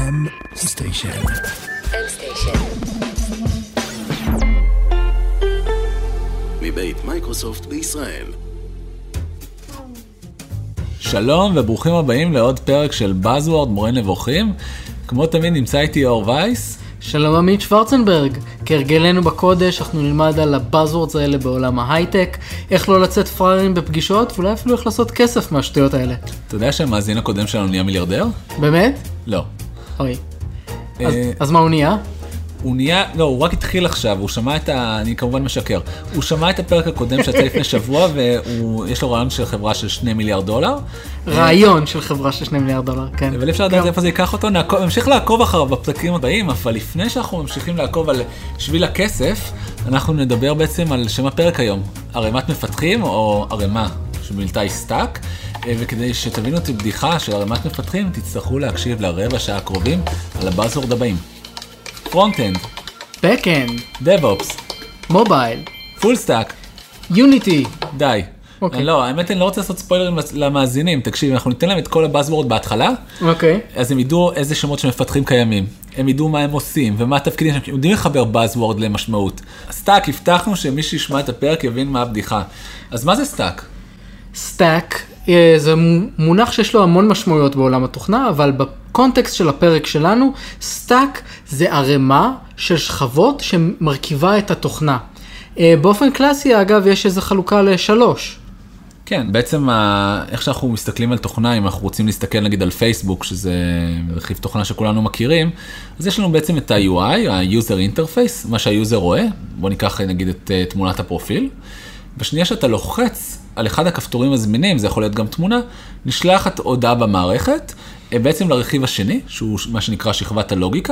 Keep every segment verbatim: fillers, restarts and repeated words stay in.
M Station. M Station. מבית מייקרוסופט בישראל. שלום וברוכים הבאים לעוד פרק של Buzzword מורה נבוכים. כמו תמיד נמצא איתי אור וייס. שלום עמית שוורצנברג, כהרגלנו בקודש אנחנו נלמד על הבאזוורדס האלה בעולם ההייטק, איך לא לצאת פראיירים בפגישות ואולי אפילו איך לעשות כסף מהשטויות האלה. אתה יודע שהמאזין הקודם שלנו נהיה מיליארדר? באמת? לא. אוי. אז, אז מה הוא נהיה? הוא נהיה, לא, הוא רק התחיל עכשיו, הוא שמע את ה... אני כמובן משקר. הוא שמע את הפרק הקודם שיצא לפני שבוע, ויש לו רעיון של חברה של שני מיליארד דולר. רעיון של חברה של שני מיליארד דולר, כן. אבל אפשר לדעת איפה זה ייקח אותו, נמשיך לעקוב אחריו בפרקים הבאים, אבל לפני שאנחנו ממשיכים לעקוב על שביל הכסף, אנחנו נדבר בעצם על שם הפרק היום, ערימת מפתחים או ערימה שמילתה היא סטאק, וכדי שתבינו את הבדיחה של ערימת מפתחים, תצטרכו להקשיב לרבע שעה הקרובים על הבאזוורד הבאים. פרונט-אנד, Back-end, DevOps, מובייל, פול סטאק, יוניטי. די. אוקיי. לא, האמת אני לא רוצה לעשות ספוילרים למאזינים. תקשיב, אנחנו ניתן להם את כל הבאזוורד בהתחלה, אוקיי. אז הם ידעו איזה שמות של מפתחים קיימים. הם ידעו מה הם עושים ומה התפקידים שהם. הם יודעים לחבר באזוורד למשמעות. סטאק, הבטחנו שמי שישמע את הפרק יבין מה הבדיחה. אז מה זה סטאק? סטאק זה מונח שיש לו המון משמעויות בעולם התוכנה, אבל בקונטקסט של הפרק שלנו, סטאק זה ערימה של שכבות שמרכיבה את התוכנה. באופן קלאסי, אגב, יש איזו חלוקה לשלוש. כן, בעצם איך שאנחנו מסתכלים על תוכנה, אם אנחנו רוצים להסתכל נגיד על פייסבוק, שזה רכיב תוכנה שכולנו מכירים, אז יש לנו בעצם את ה-יו איי, ה-user interface, מה שהיוזר רואה. בוא ניקח נגיד את תמונת הפרופיל. בשנייה שאתה לוחץ על אחד הכפתורים הזמינים, זה יכול להיות גם תמונה, נשלחת הודעה במערכת, בעצם לרכיב השני, שהוא מה שנקרא שכבת הלוגיקה,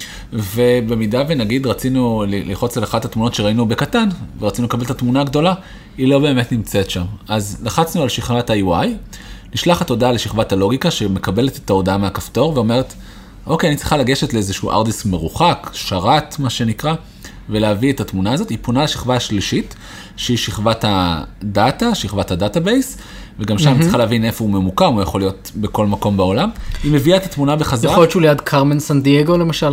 ובמידה ונגיד רצינו ללחוץ על אחת התמונות שראינו בקטן, ורצינו לקבל את התמונה הגדולה, היא לא באמת נמצאת שם. אז לחצנו על שכבת ה-יו איי, נשלחת הודעה לשכבת הלוגיקה, שמקבלת את ההודעה מהכפתור, ואומרת, אוקיי, אני צריכה לגשת לאיזשהו ארדיסק מרוחק, שרת, מה שנקרא, ולהביא את התמונה הזאת. היא פונה לשכבה השלישית, שהיא שכבת הדאטה, שכבת הדאטאבייס, וגם שם mm-hmm. צריכה להבין איפה הוא ממוקם, הוא יכול להיות בכל מקום בעולם. היא מביאה את התמונה בחזרה. יכול להיות שהוא ליד קרמן סן דייגו למשל.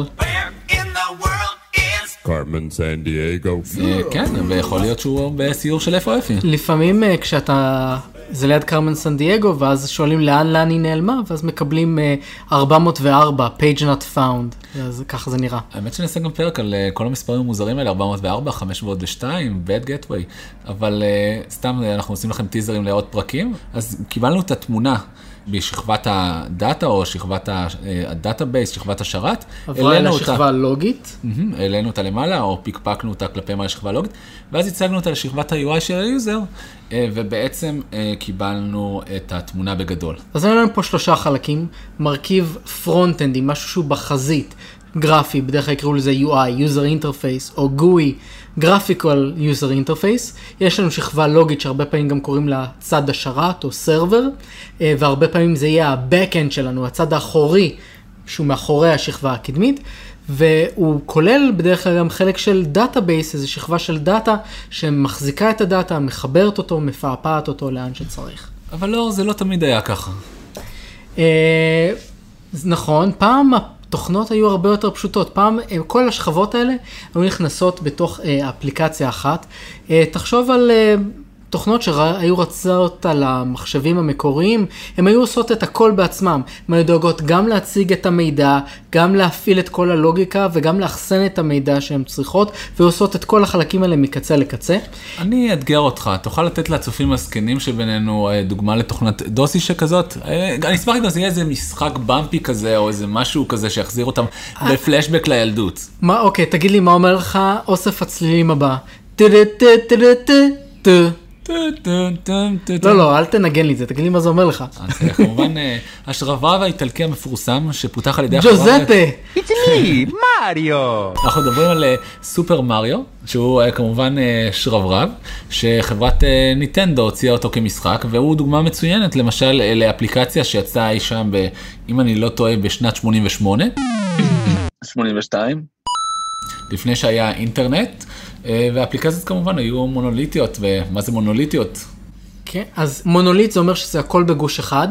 קרמן סן דייגו. כן, ויכול להיות שהוא בסיור של איפה איפה. לפעמים כשאתה... זה ליד קרמן סן דייגו, ואז שואלים לאן לאן היא נעלמה, ואז מקבלים ארבע מאות וארבע, page not found, אז ככה זה נראה. האמת שנעשה גם פרק על כל המספרים המוזרים האלה, ארבע מאות וארבע, חמש מאות ושתיים, bad gateway, אבל סתם אנחנו עושים לכם טיזרים לעוד פרקים, אז קיבלנו את התמונה בשכבת הדאטה, או שכבת הדאטאבייס, שכבת השרת. עברה אל השכבה הלוגית. העלינו אותה למעלה, או פיקפקנו אותה כלפי מעלה שכבה הלוגית, ואז הצגנו אותה לשכבת ה-יו איי של היוזר, ובעצם קיבלנו את התמונה בגדול. אז אין לנו פה שלושה חלקים, מרכיב פרונט-אנדי, משהו שהוא בחזית, גרפי, בדרך כלל יקראו לזה יו איי, User Interface, או גוי, Graphical User Interface. יש לנו שכבה לוגית שהרבה פעמים גם קוראים לה צד השרת או סרבר, והרבה פעמים זה יהיה ה-Backend שלנו, הצד האחורי, שהוא מאחורי השכבה הקדמית, והוא כולל בדרך כלל גם חלק של דאטאבייס, איזו שכבה של דאטה שמחזיקה את הדאטה, מחברת אותו, מפעפעת אותו לאן שצריך. אבל לא, זה לא תמיד היה ככה. נכון, פעם התוכנות היו הרבה יותר פשוטות. פעם כל השכבות האלה היו נכנסות בתוך אפליקציה אחת. תחשוב על תוכנות שהיו רצות על המחשבים המקוריים, הם היו עושות את הכל בעצמם. הם היו דואגות גם להציג את המידע, גם להפעיל את כל הלוגיקה, וגם לאחסן את המידע שהן צריכות, ועושות את כל החלקים האלה מקצה לקצה. אני אתגר אותך, תוכל לתת לצופים הזקנים שבינינו דוגמה לתוכנת דוסי שכזאת? אני אשמח אם זה יהיה איזה משחק במפי כזה, או איזה משהו כזה שיחזיר אותם בפלשבק לילדות. מה, אוקיי, תגיד לי מה אומר לך אוסף הצלילים הבא. טה-טה-טה-טה-טה. לא, לא, אל תנגן לי את זה, תגיד לי מה זה אומר לך. אז כמובן, השרברב האיטלקי המפורסם שפותח על ידי... ג'וזפה! It's me, מריו! אנחנו מדברים על סופר מריו, שהוא כמובן שרברב, שחברת ניטנדו הוציאה אותו כמשחק, והוא דוגמה מצוינת, למשל, לאפליקציה שיצאה אי שם, אם אני לא טועה, בשנת שמונים ושמונה. שמונים ושתיים. לפני שהיה אינטרנט, והאפליקציות כמובן היו מונוליטיות, ומה זה מונוליטיות? כן, אז מונוליט זה אומר שזה הכל בגוש אחד,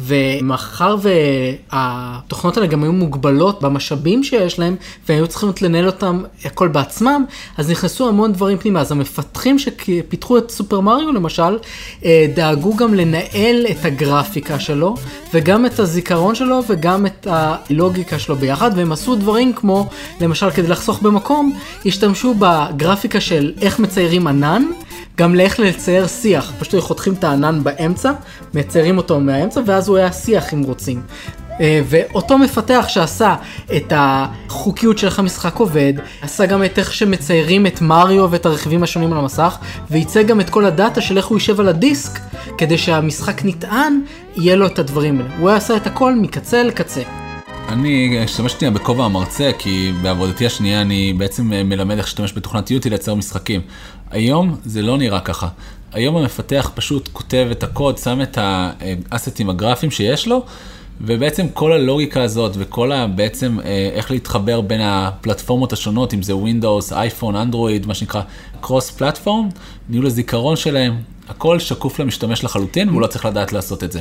ומאחר והתוכנות האלה גם היו מוגבלות במשאבים שיש להם, והיו צריכים לנהל אותם הכל בעצמם, אז נכנסו המון דברים פנימה. אז המפתחים שפיתחו את סופר מריו למשל, דאגו גם לנהל את הגרפיקה שלו, וגם את הזיכרון שלו, וגם את הלוגיקה שלו ביחד, והם עשו דברים כמו, למשל כדי לחסוך במקום, השתמשו בגרפיקה של איך מציירים ענן, גם לאיך לצייר שיח, פשוט חותכים את הענן באמצע, מציירים אותו מהאמצע, ואז הוא היה שיח אם רוצים. ואותו מפתח שעשה את החוקיות של איך המשחק עובד, עשה גם את איך שמציירים את מריו ואת הרכיבים השונים על המסך, וייצא גם את כל הדאטה של איך הוא יישב על הדיסק, כדי שהמשחק נטען, יהיה לו את הדברים האלה. הוא עשה את הכל מקצה לקצה. אני השתמשתי בכובע המרצה, כי בעבודתי השנייה אני בעצם מלמד איך להשתמש בתוכנת יוטי לייצר משחקים. היום זה לא נראה ככה. היום המפתח פשוט כותב את הקוד, שם את האסטים הגרפיים שיש לו, ובעצם כל הלוגיקה הזאת וכל ה, בעצם איך להתחבר בין הפלטפורמות השונות, אם זה Windows, אייפון, אנדרואיד, מה שנקרא קרוס פלטפורם, ניהול הזיכרון שלהם, הכל שקוף למשתמש לחלוטין, והוא לא צריך לדעת לעשות את זה.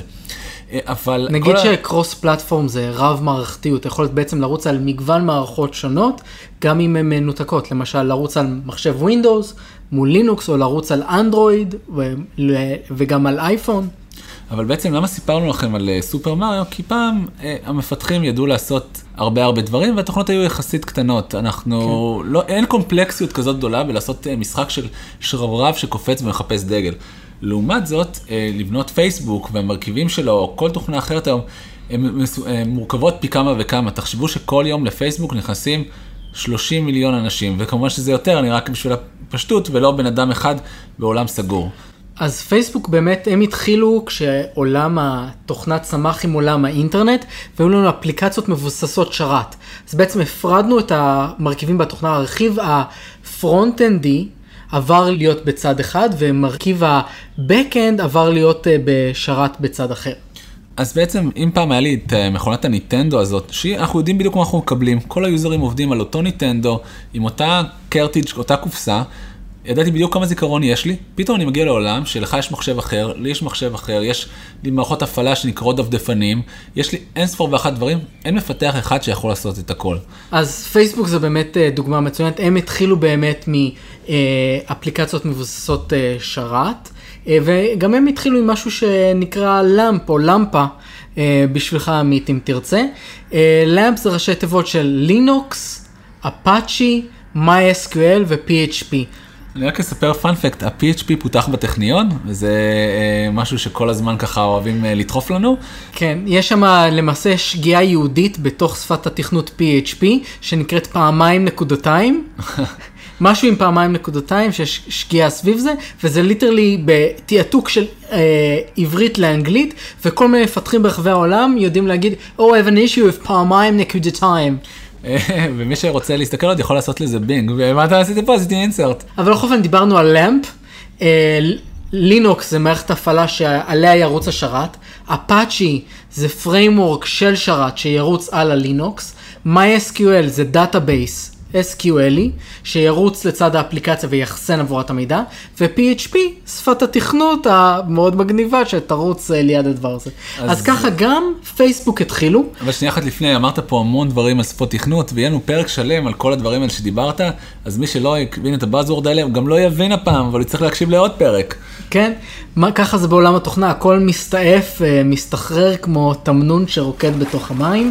אבל נגיד שקרוס פלטפורם זה רב מערכתיות, אתה יכול בעצם לרוץ על מגוון מערכות שונות, גם אם הן מנותקות, למשל לרוץ על מחשב Windows מול לינוקס, או לרוץ על אנדרואיד וגם על אייפון. אבל בעצם למה סיפרנו לכם על סופר מריו? כי פעם המפתחים ידעו לעשות הרבה הרבה דברים, והתוכנות היו יחסית קטנות. אנחנו, כן. לא, אין קומפלקסיות כזאת גדולה בלעשות משחק של שרברב שקופץ ומחפש דגל. לעומת זאת, לבנות פייסבוק והמרכיבים שלו, או כל תוכנה אחרת היום, הן מורכבות פי כמה וכמה. תחשבו שכל יום לפייסבוק נכנסים שלושים מיליון אנשים, וכמובן שזה יותר, אני רק בשביל הפשטות, ולא בן אדם אחד בעולם סגור. אז פייסבוק באמת, הם התחילו כשעולם התוכנה צמח עם עולם האינטרנט, והיו לנו אפליקציות מבוססות שרת. אז בעצם הפרדנו את המרכיבים בתוכנה, הרכיב הפרונט-אנדי עבר להיות בצד אחד, ומרכיב ה-back-end עבר להיות בשרת בצד אחר. אז בעצם, אם פעם היה לי את מכונת הניטנדו הזאת, שאנחנו יודעים בדיוק מה אנחנו מקבלים, כל היוזרים עובדים על אותו ניטנדו, עם אותה קרטיג', אותה קופסה, ידעתי בדיוק כמה זיכרון יש לי, פתאום אני מגיע לעולם שלך יש מחשב אחר, לי יש מחשב אחר, יש לי מערכות הפעלה שנקראות דפדפנים, יש לי אין ספור ואחת דברים, אין מפתח אחד שיכול לעשות את הכל. אז פייסבוק זה באמת דוגמה מצוינת, הם התחילו באמת מאפליקציות מבוססות שרת, וגם הם התחילו עם משהו שנקרא למפ או למפה, בשבילך עמית אם תרצה. למפ זה ראשי תיבות של לינוקס, אפאצ'י, מיי אס קיו אל ו-פי אייץ' פי. אני רק אספר פאנפקט, ה-פי אייץ' פי פותח בטכניון, וזה משהו שכל הזמן ככה אוהבים לדחוף לנו. כן, יש שם למעשה שגיאה יהודית בתוך שפת התכנות פי אייץ' פי, שנקראת פעמיים נקודתיים. משהו עם פעמיים נקודתיים, שיש שגיאה סביב זה, וזה ליטרלי בתיעתוק של אה, עברית לאנגלית, וכל מיני מפתחים ברחבי העולם יודעים להגיד, Oh, I have an issue with פעמיים נקודתיים. ומי שרוצה להסתכל עוד יכול לעשות לזה בינג, ומה אתה עשיתי פה? עשיתי אינסרט. אבל בכל אופן דיברנו על למפ, לינוקס זה מערכת הפעלה שעליה ירוץ השרת, אפאצ'י זה פריימוורק של שרת שירוץ על הלינוקס, מיי אס קיו אל זה דאטאבייס אס קיו אל שירוץ לצד האפליקציה ויחסן עבורת המידע, ו-פי אייץ' פי שפת התכנות המאוד מגניבה שתרוץ ליד הדבר הזה. אז, אז ככה גם פייסבוק התחילו. אבל שנייה אחת לפני, אמרת פה המון דברים על שפות תכנות, ויהיה לנו פרק שלם על כל הדברים האלה שדיברת, אז מי שלא יבין את הבאזוורד האלה, גם לא יבין הפעם, אבל הוא צריך להקשיב לעוד פרק. כן, מה, ככה זה בעולם התוכנה, הכל מסתעף, מסתחרר כמו תמנון שרוקד בתוך המים.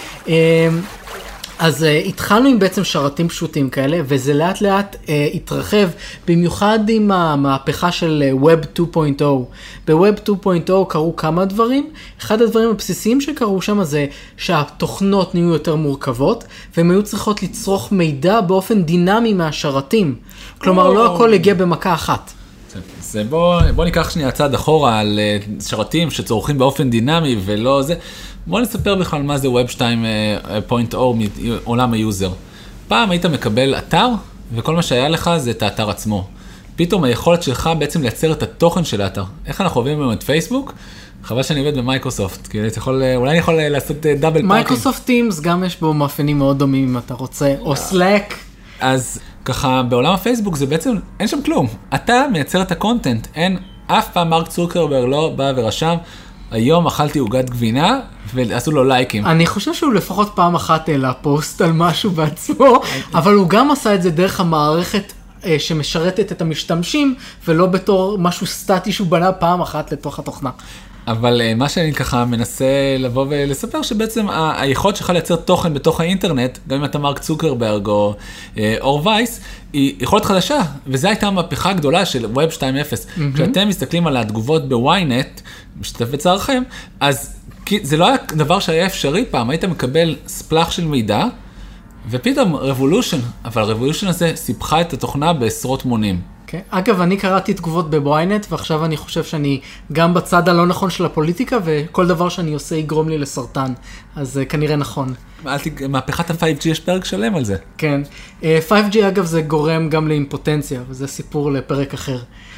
אז uh, התחלנו עם בעצם שרתים פשוטים כאלה, וזה לאט לאט uh, התרחב, במיוחד עם המהפכה של uh, Web טו נקודה אפס. ב-Web טו נקודה אפס קרו כמה דברים. אחד הדברים הבסיסיים שקרו שם זה שהתוכנות נהיו יותר מורכבות, והן היו צריכות לצרוך מידע באופן דינמי מהשרתים. כלומר, oh. לא הכל הגיע במכה אחת. אז בוא, בוא ניקח שנייה צעד אחורה על uh, שרתים שצורכים באופן דינמי ולא זה. בוא נספר בכלל מה זה Web טו נקודה אפס מעולם היוזר. פעם היית מקבל אתר, וכל מה שהיה לך זה את האתר עצמו. פתאום היכולת שלך בעצם לייצר את התוכן של האתר. איך אנחנו עובדים היום את פייסבוק? חבל שאני עובד במייקרוסופט, כי יכול, אולי אני יכול לעשות דאבל פארטינג. מייקרוסופט טימס גם יש בו מאפיינים מאוד דומים אם אתה רוצה, או סלאק. אז ככה בעולם הפייסבוק זה בעצם, אין שם כלום. אתה מייצר את הקונטנט, אין אף פעם מרק צוקרברג לא בא ורשם, היום אכלתי עוגת גבינה, ועשו לו לייקים. אני חושב שהוא לפחות פעם אחת העלה פוסט על משהו בעצמו, אבל הוא גם עשה את זה דרך המערכת שמשרתת את המשתמשים, ולא בתור משהו סטטי שהוא בנה פעם אחת לתוך התוכנה. אבל מה שאני ככה מנסה לבוא ולספר, שבעצם היכולת שלך לייצר תוכן בתוך האינטרנט, גם אם אתה מרק צוקרברג או אור וייס, היא יכולת חדשה, וזו הייתה המהפכה הגדולה של ווב שתיים אפס. Mm-hmm. כשאתם מסתכלים על התגובות בוויינט, משתתף בצערכם, אז זה לא היה דבר שהיה אפשרי פעם, היית מקבל ספלח של מידע, ופתאום רבולושן, אבל הרבולושן הזה סיפחה את התוכנה בעשרות מונים. Okay. אגב, אני קראתי תגובות בוויינט, ועכשיו אני חושב שאני גם בצד הלא נכון של הפוליטיקה, וכל דבר שאני עושה יגרום לי לסרטן. אז זה כנראה נכון. מהפכת ה-פייב ג'י יש פרק שלם על זה. כן. פייב ג'י אגב זה גורם גם לאימפוטנציה, וזה סיפור לפרק אחר.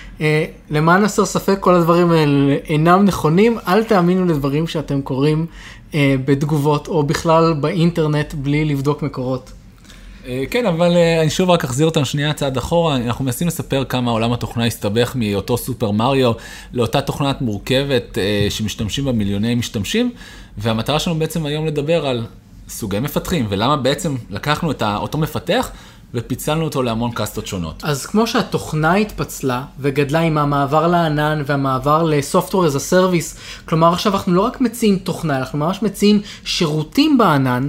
למען הסר ספק, כל הדברים האלה אינם נכונים, אל תאמינו לדברים שאתם קוראים בתגובות, או בכלל באינטרנט בלי לבדוק מקורות. כן, אבל אני שוב רק אחזיר אותנו שנייה צעד אחורה, אנחנו מנסים לספר כמה עולם התוכנה הסתבך מאותו סופר מריו לאותה תוכנת מורכבת שמשתמשים בה מיליוני משתמשים, והמטרה שלנו בעצם היום לדבר על סוגי מפתחים, ולמה בעצם לקחנו את אותו מפתח ופיצלנו אותו להמון קאסטות שונות. אז כמו שהתוכנה התפצלה וגדלה עם המעבר לענן והמעבר ל-Software as a Service, כלומר עכשיו אנחנו לא רק מציעים תוכנה, אנחנו ממש מציעים שירותים בענן,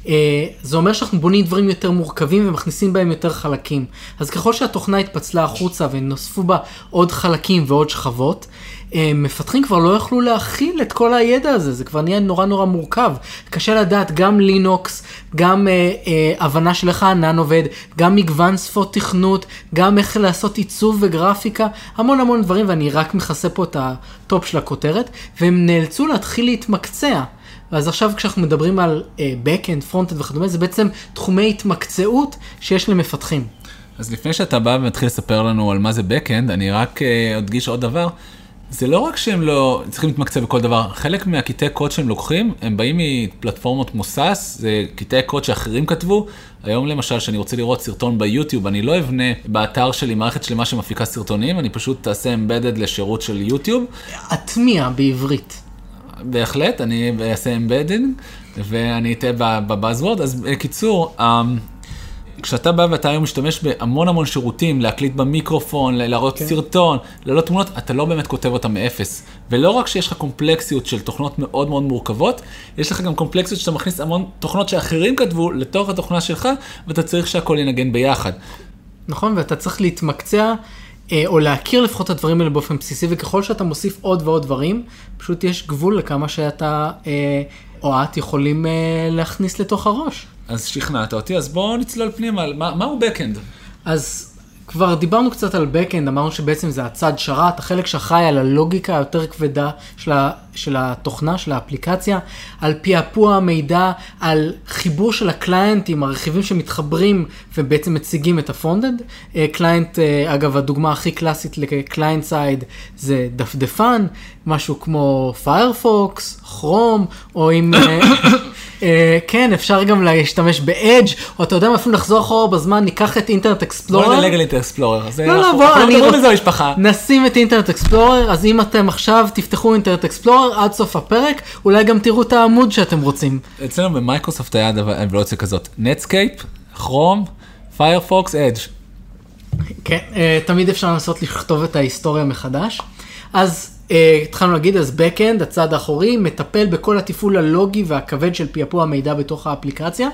זה אומר שאנחנו בונים דברים יותר מורכבים ומכניסים בהם יותר חלקים. אז ככל שהתוכנה התפצלה החוצה ונוספו בה עוד חלקים ועוד שכבות, מפתחים כבר לא יכלו להכיל את כל הידע הזה, זה כבר נהיה נורא נורא מורכב. קשה לדעת גם לינוקס, גם אה, אה, הבנה של איך הענן עובד, גם מגוון שפות תכנות, גם איך לעשות עיצוב וגרפיקה, המון המון דברים, ואני רק מכסה פה את הטופ של הכותרת, והם נאלצו להתחיל להתמקצע. אז עכשיו כשאנחנו מדברים על backend, frontend וכדומה, זה בעצם תחומי התמקצעות שיש למפתחים. אז לפני שאתה בא ומתחיל לספר לנו על מה זה backend, אני רק אדגיש עוד דבר. זה לא רק שהם לא צריכים להתמקצע בכל דבר, חלק מהקטעי קוד שהם לוקחים, הם באים מפלטפורמות מוסס, זה קטעי קוד שאחרים כתבו. היום למשל, שאני רוצה לראות סרטון ביוטיוב, אני לא אבנה באתר שלי מערכת שלמה שמפיקה סרטונים, אני פשוט תעשה embedded לשירות של יוטיוב. הטמיע בעברית. בהחלט, אני אעשה embedding, ואני אתאה בבאזוורד. אז בקיצור, כשאתה בא ואתה היום משתמש בהמון המון שירותים, להקליט במיקרופון, להראות okay. סרטון, להעלות תמונות, אתה לא באמת כותב אותם מאפס. ולא רק שיש לך קומפלקסיות של תוכנות מאוד מאוד מורכבות, יש לך גם קומפלקסיות שאתה מכניס המון תוכנות שאחרים כתבו לתוך התוכנה שלך, ואתה צריך שהכל ינגן ביחד. נכון, ואתה צריך להתמקצע, או להכיר לפחות את הדברים האלה באופן בסיסי, וככל שאתה מוסיף עוד ועוד דברים, פשוט יש גבול לכמה שאתה או את יכולים להכניס לתוך הראש. אז שכנעת אותי, אז בואו נצלול פנימה, מה, מהו backend? אז כבר דיברנו קצת על backend, אמרנו שבעצם זה הצד שרת, החלק שאחראי על הלוגיקה היותר כבדה של, ה, של התוכנה, של האפליקציה, על פעפוע המידע, על חיבור של הקליינט עם הרכיבים שמתחברים ובעצם מציגים את הפרונט-אנד. קליינט, אגב, הדוגמה הכי קלאסית לקליינט סייד זה דפדפן, משהו כמו פיירפוקס, כרום, או עם... כן, אפשר גם להשתמש ב-Edge, או אתה יודע מה, אפילו נחזור אחורה בזמן, ניקח את אינטרנט אקספלורר. בוא נדלג על אינטרנט אקספלורר. לא, לא, בוא, אני רוצה... נשים את אינטרנט אקספלורר, אז אם אתם עכשיו תפתחו אינטרנט אקספלורר עד סוף הפרק, אולי גם תראו את העמוד שאתם רוצים. אצלנו במייקרוסופט היה אבולוציה כזאת, נטסקייפ, כרום, פיירפוקס, Edge. כן, תמיד אפשר לנסות לכתוב את ההיסטוריה מחדש. אז... התחלנו להגיד, אז backend, הצד האחורי, מטפל בכל התפעול הלוגי והכבד של פעפוע המידע בתוך האפליקציה.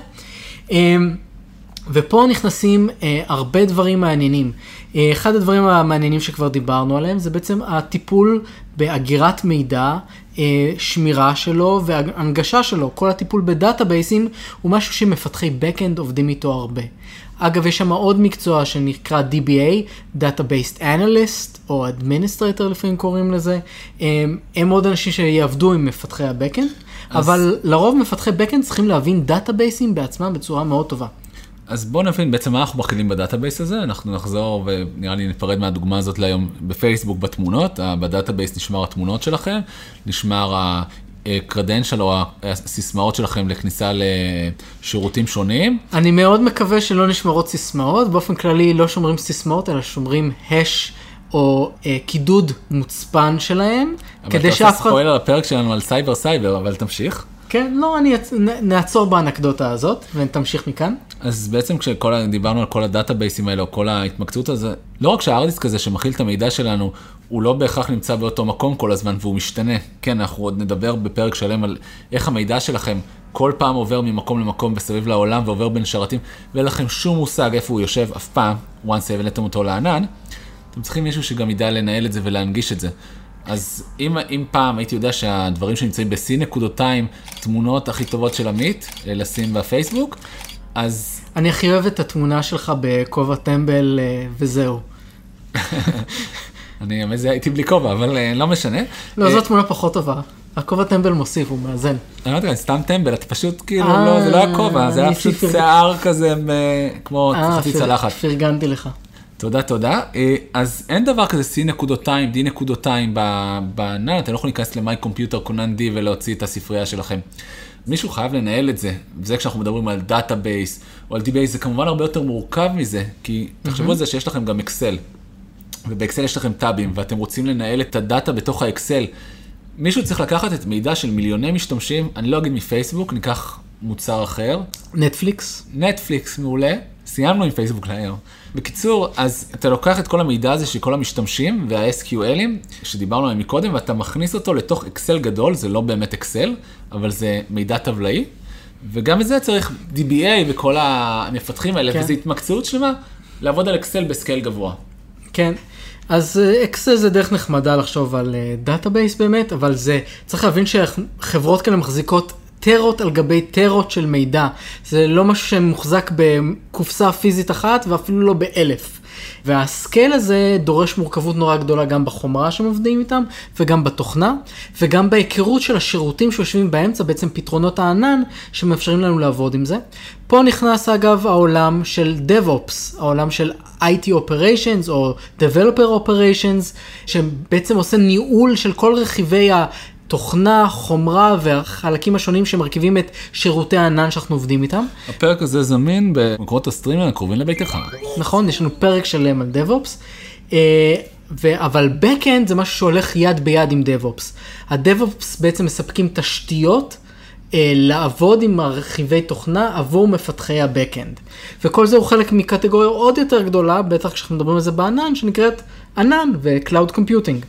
ופה נכנסים הרבה דברים מעניינים. אחד הדברים המעניינים שכבר דיברנו עליהם, זה בעצם הטיפול באגירת מידע, שמירה שלו והנגשה שלו. כל הטיפול בדאטאבייסים הוא משהו שמפתחי backend עובדים איתו הרבה. אגב, יש שם עוד מקצוע שנקרא די בי איי, Database Analyst, או Administrator לפעמים קוראים לזה. הם עוד אנשים שיעבדו עם מפתחי ה-Backend, אז... אבל לרוב מפתחי Backend צריכים להבין דאטאבייסים בעצמם בצורה מאוד טובה. אז בואו נבין בעצם מה אנחנו מכילים בדאטאבייס הזה, אנחנו נחזור ונראה לי נפרד מהדוגמה הזאת להיום בפייסבוק בתמונות, בדאטאבייס נשמר התמונות שלכם, נשמר ה... קרדנשל או הסיסמאות שלכם לכניסה לשירותים שונים. אני מאוד מקווה שלא נשמרות סיסמאות, באופן כללי לא שומרים סיסמאות, אלא שומרים הש או אה, קידוד מוצפן שלהם, כדי אבל שאף אתה עושה אחד... ספוילר לפרק שלנו על סייבר סייבר, אבל תמשיך. כן, לא, אני אצ... נ- נעצור באנקדוטה הזאת, ותמשיך מכאן. אז בעצם כשדיברנו על כל הדאטאבייסים האלה, או כל ההתמקצות הזה, לא רק שהארדיסק הזה שמכיל את המידע שלנו, הוא לא בהכרח נמצא באותו מקום כל הזמן, והוא משתנה. כן, אנחנו עוד נדבר בפרק שלם על איך המידע שלכם כל פעם עובר ממקום למקום בסביב לעולם, ועובר בין שרתים, ואין לכם שום מושג איפה הוא יושב אף פעם, once הבאתם אותו לענן, אתם צריכים מישהו שגם ידע לנהל את זה ולהנגיש את זה. אז אם, אם פעם הייתי יודע שהדברים שנמצאים בסי נקודותיים, תמונות הכי טובות של עמית, לשים בפייסבוק, אז... אני הכי אוהב את התמונה שלך בכובע טמבל אה, וזהו. אני אמא זה הייתי בלי כובע, אבל אה, לא משנה. לא, זו תמונה פחות טובה. הכובע טמבל מוסיף, הוא מאזן. אני לא יודע, סתם טמבל, אתה פשוט כאילו, לא, זה לא היה כובע, זה היה פשוט שיער כזה כמו חצי צלחת. פרגנתי לך. תודה, תודה. אז אין דבר כזה C נקודותיים, D נקודותיים בענן, אתם לא יכולים להיכנס למי קומפיוטר קונן D ולהוציא את הספרייה שלכם. מישהו חייב לנהל את זה, וזה כשאנחנו מדברים על דאטאבייס או על די-בייס, זה כמובן הרבה יותר מורכב מזה, כי תחשבו על זה שיש לכם גם אקסל, ובאקסל יש לכם טאבים, ואתם רוצים לנהל את הדאטה בתוך האקסל. מישהו צריך לקחת את מידע של מיליוני משתמשים, אני לא אגיד מפייסבוק, ניקח מוצר אחר. נטפליקס. נטפליקס, מעולה. סיימנו עם פייסבוק להיום. בקיצור, אז אתה לוקח את כל המידע הזה של כל המשתמשים וה-אס קיו אל'ים שדיברנו עליהם מקודם, ואתה מכניס אותו לתוך אקסל גדול, זה לא באמת אקסל, אבל זה מידע טבלאי, וגם בזה צריך די בי איי וכל המפתחים האלה, כן. וזו התמקצעות שלמה, לעבוד על אקסל בסקייל גבוה. כן. אז אקסל זה דרך נחמדה לחשוב על דאטאבייס באמת, אבל זה, צריך להבין שחברות כאלה מחזיקות טרות על גבי טרות של מידע. זה לא משהו שמוחזק בקופסה פיזית אחת, ואפילו לא באלף. והסקייל הזה דורש מורכבות נורא גדולה גם בחומרה שמובדים איתם, וגם בתוכנה, וגם בהיכרות של השירותים שיושבים באמצע, בעצם פתרונות הענן שמאפשרים לנו לעבוד עם זה. פה נכנס אגב העולם של DevOps, העולם של איי טי Operations או Developer Operations, שבעצם עושה ניהול של כל רכיבי ה... תוכנה, חומרה והחלקים השונים שמרכיבים את שירותי הענן שאנחנו עובדים איתם. הפרק הזה זמין במקורות הסטרימינג הקרובים לביתך. נכון, יש לנו פרק שלם על DevOps, אבל Backend זה משהו שהולך יד ביד עם DevOps. ה-DevOps בעצם מספקים תשתיות לעבוד עם הרכיבי תוכנה עבור מפתחי ה-Backend. וכל זה הוא חלק מקטגוריה עוד יותר גדולה, בטח כשאנחנו מדברים על זה בענן, שנקראת ענן ו-Cloud Computing.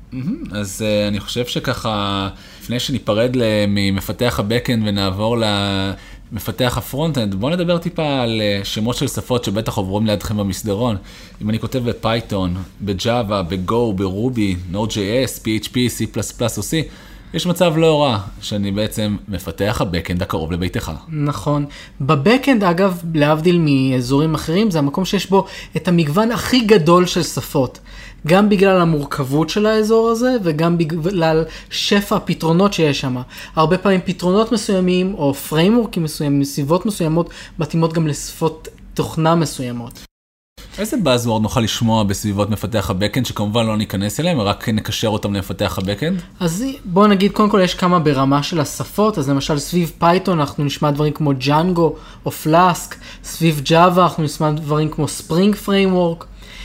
אז uh, אני חושב שככה, לפני שניפרד ממפתח הבקאנד ונעבור למפתח הפרונט-אנד, בואו נדבר טיפה על uh, שמות של שפות שבטח עוברים לידכם במסדרון. אם אני כותב בפייתון, בג'אווה, בגו, ברובי, נוד.ג'יי אס, פי אייץ' פי, סי פלאס פלאס או C, יש מצב לא רע שאני בעצם מפתח הבקאנד הקרוב לביתך. נכון. בבקאנד, אגב, להבדיל מאזורים אחרים, זה המקום שיש בו את המגוון הכי גדול של שפות. גם בגלל המורכבות של האזור הזה, וגם בגלל שפע הפתרונות שיש שם. הרבה פעמים פתרונות מסוימים, או פריימוורקים מסוימים, סביבות מסוימות, מתאימות גם לשפות תוכנה מסוימות. איזה buzzword נוכל לשמוע בסביבות מפתח הבקאנד, שכמובן לא ניכנס אליהם, רק נקשר אותם למפתח הבקאנד? אז בואו נגיד, קודם כל יש כמה ברמה של השפות, אז למשל סביב פייתון אנחנו נשמע דברים כמו ג'אנגו או פלאסק, סביב ג'אווה אנחנו נשמע דברים כמו ספרינג פריימוורק,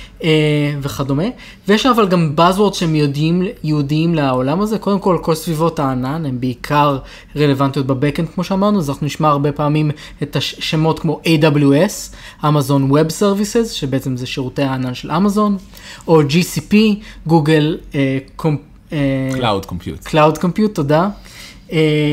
וכדומה. ויש אבל גם buzzwords שהם יודעים, יהודיים לעולם הזה. קודם כל, כל סביבות הענן, הן בעיקר רלוונטיות בבקאנד, כמו שאמרנו, אז אנחנו נשמע הרבה פעמים את השמות כמו איי דאבליו אס, Amazon Web Services, שבעצם זה שירותי הענן של אמזון, או ג'י סי פי, Google uh, com, uh, Cloud Compute. Cloud Compute, תודה. Uh,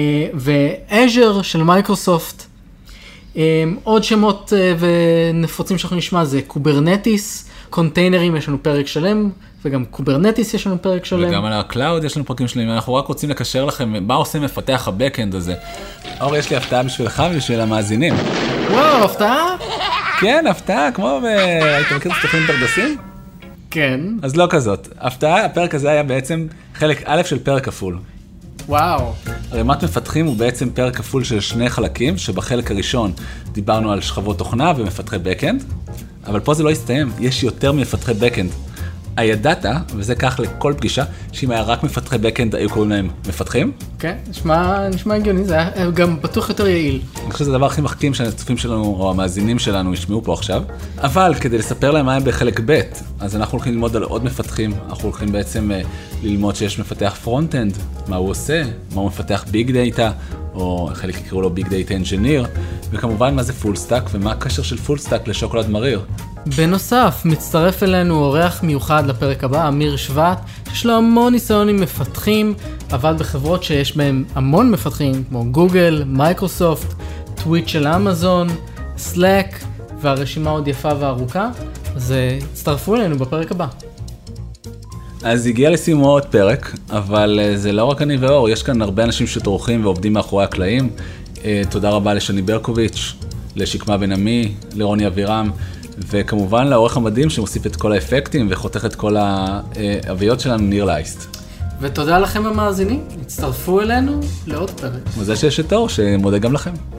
ו-Azure של מייקרוסופט. Um, עוד שמות uh, ונפוצים שאנחנו נשמע זה קוברנטיס, קונטיינרים יש לנו פרק שלם, וגם קוברנטיס יש לנו פרק שלם. וגם על הקלאוד יש לנו פרקים שלמים, אנחנו רק רוצים לקשר לכם, מה עושה מפתח הבקאנד הזה? אור, יש לי הפתעה בשבילך ובשביל המאזינים. וואו, הפתעה? כן, הפתעה, כמו ב... היית מכיר סטופים פרדסים? כן. אז לא כזאת. הפתעה, הפרק הזה היה בעצם חלק א' של פרק כפול. וואו. רמת מפתחים הוא בעצם פרק כפול של שני חלקים, שבחלק הראשון דיברנו על שכבות תוכנה ומפתחי בקאנד, אבל פה זה לא הסתיים, יש יותר מפתחי בקאנד. הידעת, וזה כך לכל פגישה, שאם היה רק מפתחי בקאנד, היו קוראים להם מפתחים? כן, נשמע, נשמע הגיוני, זה היה גם בטוח יותר יעיל. אני חושב שזה הדבר הכי מחכים שהצופים שלנו, או המאזינים שלנו, ישמעו פה עכשיו. אבל כדי לספר להם מה הם בחלק ב', אז אנחנו הולכים ללמוד על עוד מפתחים, אנחנו הולכים בעצם ללמוד שיש מפתח פרונט-אנד, מה הוא עושה, מה הוא מפתח ביג דאטה, או חלק יקראו לו ביג דאטה אנג'יניר, וכמובן מה זה פול סטאק, ומה הקשר של פול סטאק לשוקולד מריר. בנוסף, מצטרף אלינו אורח מיוחד לפרק הבא, אמיר שבט, שיש לו המון ניסיון עם מפתחים, אבל בחברות שיש בהם המון מפתחים, כמו גוגל, מייקרוסופט, טוויץ' של אמזון, סלאק, והרשימה עוד יפה וארוכה, אז הצטרפו אלינו בפרק הבא. אז הגיע לסיומו עוד פרק, אבל זה לא רק אני ואור, יש כאן הרבה אנשים שטורחים ועובדים מאחורי הקלעים. תודה רבה לשני ברקוביץ', לשקמה בן עמי, לרוני אבירם, וכמובן לעורך המדהים שמוסיף את כל האפקטים וחותך את כל האביות שלנו, ניר לייסט. ותודה לכם המאזינים, הצטרפו אלינו לעוד פרק. וזה שיש את אור שמודה גם לכם.